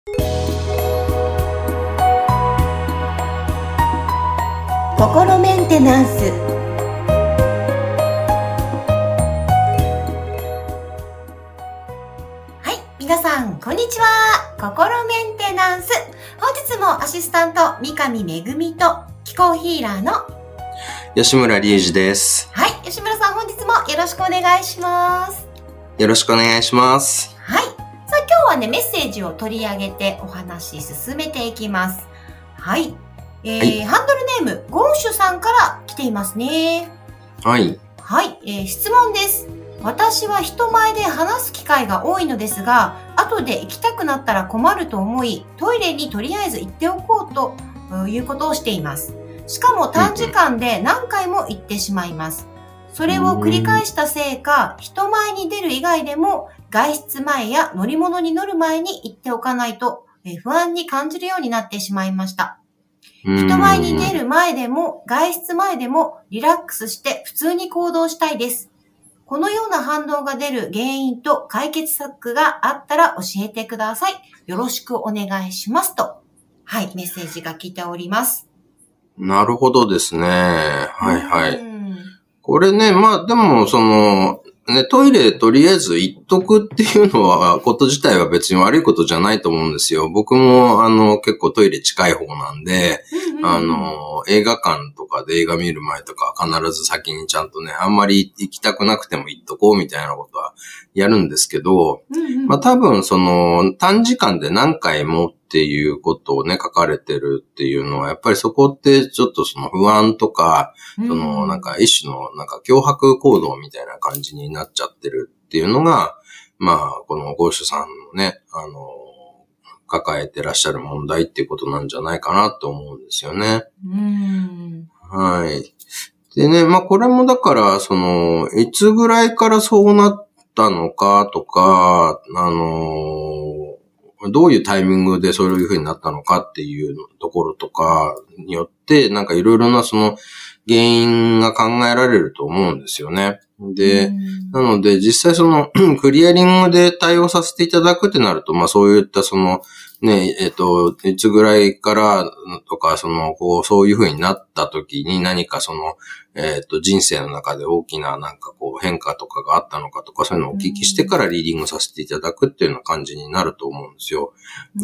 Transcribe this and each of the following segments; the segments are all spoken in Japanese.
心メンテナンス。はい、皆さんこんにちは。心メンテナンス。本日もアシスタント三上めぐみと気候ヒーラーの吉村隆二です。 はい、吉村さん本日もよろしくお願いします。 よろしくお願いします。 はい、さあ今日はねメッセージを取り上げてお話進めていきます。はい。ハンドルネームゴンシュさんから来ていますね。 はい。 はい、質問です。私は人前で話す機会が多いのですが、後で行きたくなったら困ると思い、トイレにとりあえず行っておこうということをしています。しかも短時間で何回も行ってしまいます。それを繰り返したせいか、人前に出る以外でも外出前や乗り物に乗る前に行っておかないと不安に感じるようになってしまいました。人前に出る前でも外出前でもリラックスして普通に行動したいです。このような反動が出る原因と解決策があったら教えてください。よろしくお願いしますと。はい、メッセージが来ております。 なるほどですね。はいはい。これね、まあでもトイレとりあえず行っとくっていうのは、こと自体は別に悪いことじゃないと思うんですよ。僕も結構トイレ近い方なんで、映画館とかで映画見る前とか必ず先にちゃんとね、あんまり行きたくなくても行っとこうみたいなことはやるんですけど、まあ多分短時間で何回もっていうことをね、書かれてるっていうのは、やっぱりそこってちょっと不安とか、なんか一種のなんか脅迫行動みたいな感じになっちゃってるっていうのが、まあ、このゴーシュさんのね、抱えてらっしゃる問題っていうことなんじゃないかなと思うんですよね。はい。でね、まあこれもだから、いつぐらいからそうなったのかとか、どういうタイミングでそういう風になったのかっていうところとかによって、なんかいろいろな原因が考えられると思うんですよね。で、なので実際クリアリングで対応させていただくってなると、まあそういったね、いつぐらいからとか、そういう風になった時に何か人生の中で大きななんか変化とかがあったのかとか、そういうのをお聞きしてからリーディングさせていただくっていうような感じになると思うんですよ。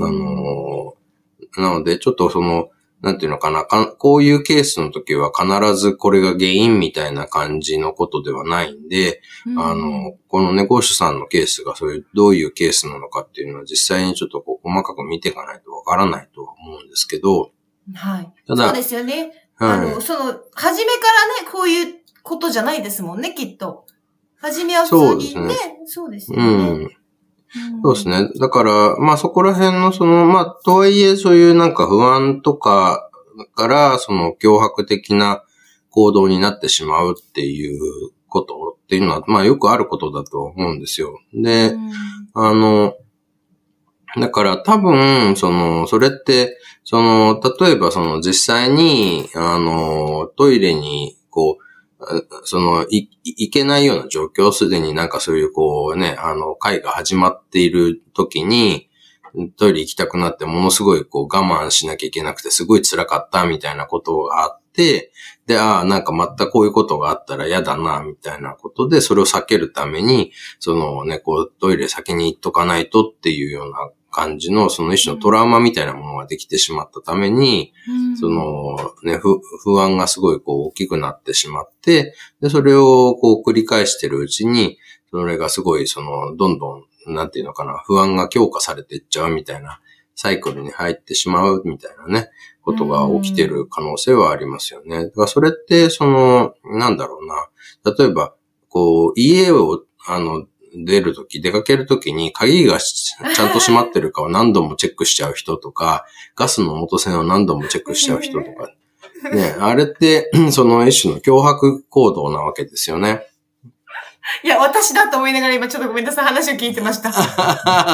なので、ちょっとなんていうのかな、こういうケースの時は必ずこれが原因みたいな感じのことではないんで、このね、ゴーシュさんのケースがどういうケースなのかっていうのは実際にちょっと細かく見ていかないとわからないとは思うんですけど。 はい。 ただそうですよね。 はい。 初めからね、こういうことじゃないですもんね、きっと。初めは普通にね。そうですよね。 そうですね。だから、まあそこら辺のまあ、とはいえそういうなんか不安とかから脅迫的な行動になってしまうっていうことっていうのは、まあよくあることだと思うんですよ。で、だから多分、それって、例えば実際に、トイレに、いけないような状況、すでになんかそういう会が始まっている時に、トイレ行きたくなってものすごい我慢しなきゃいけなくてすごい辛かったみたいなことがあって、で、なんかまたこういうことがあったら嫌だな、みたいなことで、それを避けるために、トイレ先に行っとかないとっていうような感じの、一種のトラウマみたいなものができてしまったために、不安がすごい大きくなってしまって、で、それを繰り返してるうちに、それがすごいどんどん、なんていうのかな、不安が強化されていっちゃうみたいなサイクルに入ってしまうみたいなね、ことが起きてる可能性はありますよね。だからそれって、なんだろうな、例えば、家を、出かけるときに鍵がちゃんと閉まってるかを何度もチェックしちゃう人とか、ガスの元栓を何度もチェックしちゃう人とか、ね、あれって、一種の脅迫行動なわけですよね。 いや、私だと思いながら今ちょっとごめんなさい、話を聞いてました。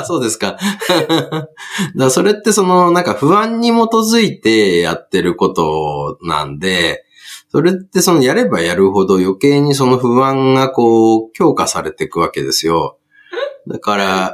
そうですか。だからそれってなんか不安に基づいてやってることなんで、それってやればやるほど余計に不安が強化されていくわけですよ。だから、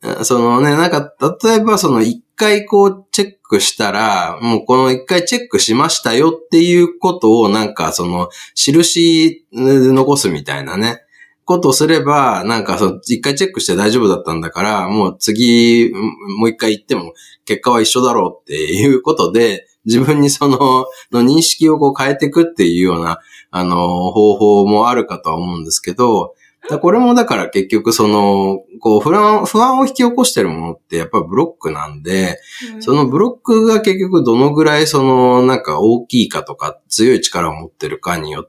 そのね、なんか、例えばその一回こうチェックしたら、もうこの一回チェックしましたよっていうことをなんかその、印残すみたいなね、ことをすれば、なんかその、一回チェックして大丈夫だったんだから、もう次、もう一回行っても結果は一緒だろうっていうことで、自分にその認識をこう変えていくっていうような、方法もあるかとは思うんですけど、これもだから結局その、こう不安を引き起こしてるものってやっぱりブロックなんで、そのブロックが結局どのぐらいそのなんか大きいかとか強い力を持ってるかによって、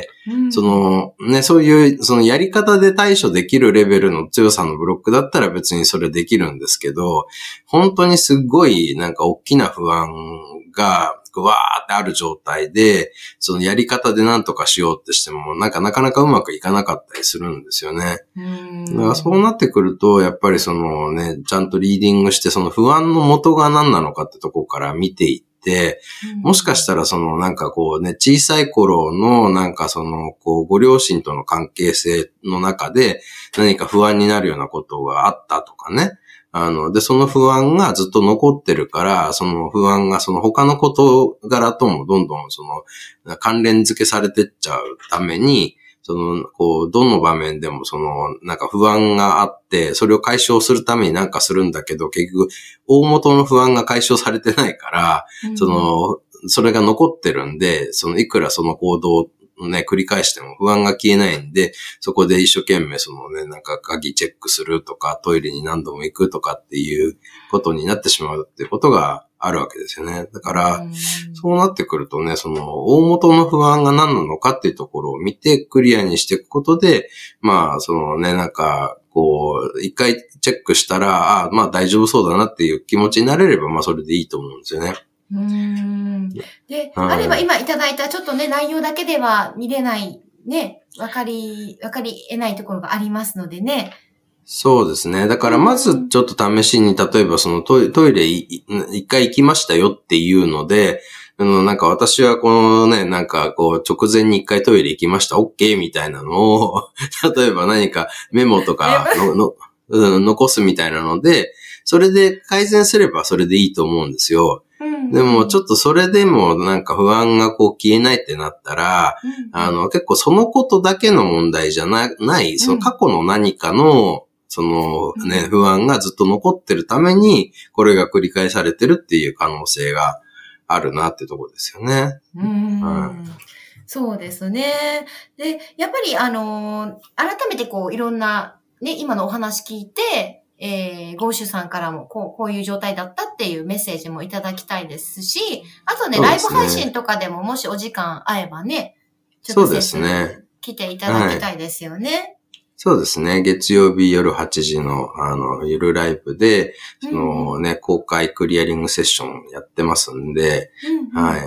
そのね、そういうそのやり方で対処できるレベルの強さのブロックだったら別にそれできるんですけど、本当にすごいなんか大きな不安がわーってある状態で、そのやり方で何とかしようってしても、なんかなかなかうまくいかなかったりするんですよね。だからそうなってくると、やっぱりそのね、ちゃんとリーディングして、その不安の元が何なのかってところから見ていって、もしかしたらそのなんかこうね、小さい頃のなんかそのこうご両親との関係性の中で何か不安になるようなことがあったとかね。で、その不安がずっと残ってるから、その不安がその他の事柄ともどんどんその関連付けされてっちゃうために、その、こう、どの場面でもその、なんか不安があって、それを解消するためになんかするんだけど、結局、大元の不安が解消されてないから、それが残ってるんで、いくらその行動ね、繰り返しても不安が消えないんで、そこで一生懸命そのね、なんか鍵チェックするとか、トイレに何度も行くとかっていうことになってしまうっていうことがあるわけですよね。だから、そうなってくるとね、その大元の不安が何なのかっていうところを見てクリアにしていくことで、まあ、そのね、なんか、こう、一回チェックしたら、まあ大丈夫そうだなっていう気持ちになれれば、まあそれでいいと思うんですよね。 で、あれば今いただいたちょっとね、内容だけでは見れない、ね、わかり得ないところがありますのでね。 そうですね。だからまずちょっと試しに、例えばそのトイレ一回行きましたよっていうので、なんか私はこのね、なんかこう直前に一回トイレ行きました、OK みたいなのを、例えば何かメモとか残すみたいなので、それで改善すればそれでいいと思うんですよ。でもちょっとそれでもなんか不安がこう消えないってなったら、結構そのことだけの問題じゃない、その過去の何かの、そのね、不安がずっと残ってるために、これが繰り返されてるっていう可能性があるなってところですよね。 そうですね。で、やっぱり改めてこういろんなね、今のお話聞いて、ゴーシュさんからもこういう状態だったっていうメッセージもいただきたいですし、あとね、ライブ配信とかでももしお時間合えばね、 ちょっとそうですね。 来ていただきたいですよね。 そうですね。月曜日夜8時の、ゆるライブで、そのね、公開クリアリングセッションやってますんで、はい。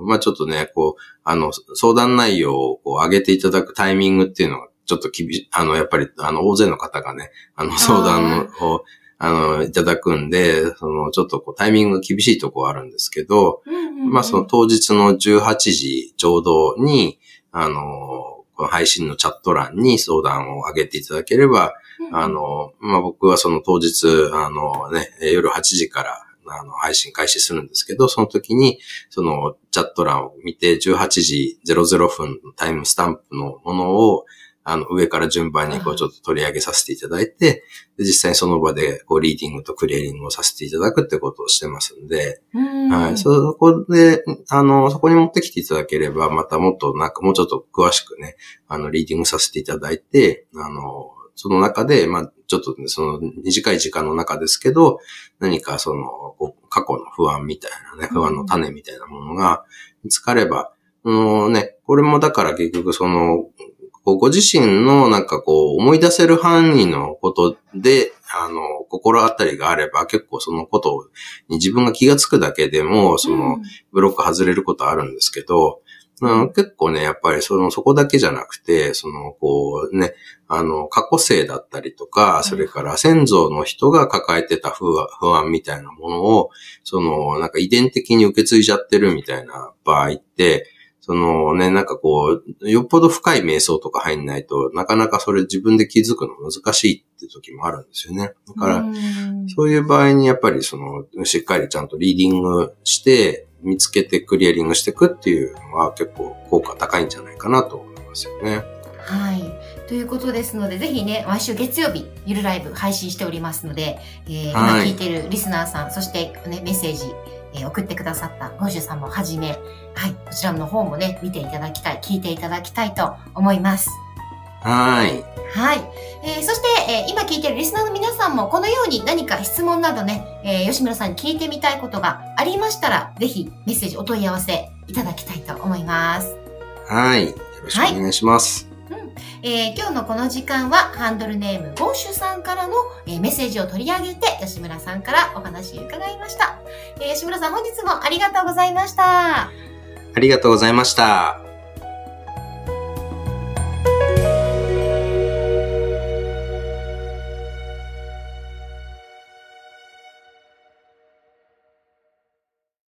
まあ、ちょっとね、こう、相談内容をこう上げていただくタイミングっていうのが、ちょっとやっぱり、大勢の方がね、相談を、いただくんで、ちょっとこうタイミングが厳しいところあるんですけど、まあ、その当日の18時ちょうどに、この配信のチャット欄に相談を上げていただければ、まあ、僕はその当日、夜8時から、配信開始するんですけど、その時に、そのチャット欄を見て、18時00分のタイムスタンプのものを、上から順番にこうちょっと取り上げさせていただいて、で実際にその場でこうリーディングとクリアリングをさせていただくってことをしてますんで、はい。そこで、そこに持ってきていただければ、またもっともうちょっと詳しくね、リーディングさせていただいて、その中で、まあちょっとね、その短い時間の中ですけど、何かその、過去の不安みたいなね、不安の種みたいなものが見つかれば、ね、これもだから結局その、ご自身のなんかこう思い出せる範囲のことで、心当たりがあれば結構そのことに自分が気がつくだけでも、そのブロック外れることあるんですけど、結構ね、やっぱりそこだけじゃなくて、こうね、過去世だったりとか、それから先祖の人が抱えてた不安みたいなものを、なんか遺伝的に受け継いじゃってるみたいな場合って、 そのね、なんかこう、よっぽど深い瞑想とか入んないと、なかなかそれ自分で気づくの難しいって時もあるんですよね。だから、そういう場合にやっぱりその、しっかりちゃんとリーディングして、見つけてクリアリングしていくっていうのは結構効果高いんじゃないかなと思いますよね。 はい。ということですので、ぜひね、毎週月曜日、ゆるライブ配信しておりますので、今聞いているリスナーさん、そして、ね、メッセージ、送ってくださったゴンシュさんもはじめ、はい、こちらの方もね、見ていただきたい、聞いていただきたいと思います。 はい。 はい。そして、今聞いているリスナーの皆さんも、このように何か質問などね、吉村さんに聞いてみたいことがありましたら、ぜひメッセージお問い合わせいただきたいと思います。 はい。よろしくお願いします。 今日のこの時間はハンドルネームゴーシュさんからの、メッセージを取り上げて吉村さんからお話を伺いました。吉村さん本日もありがとうございました。 ありがとうございました。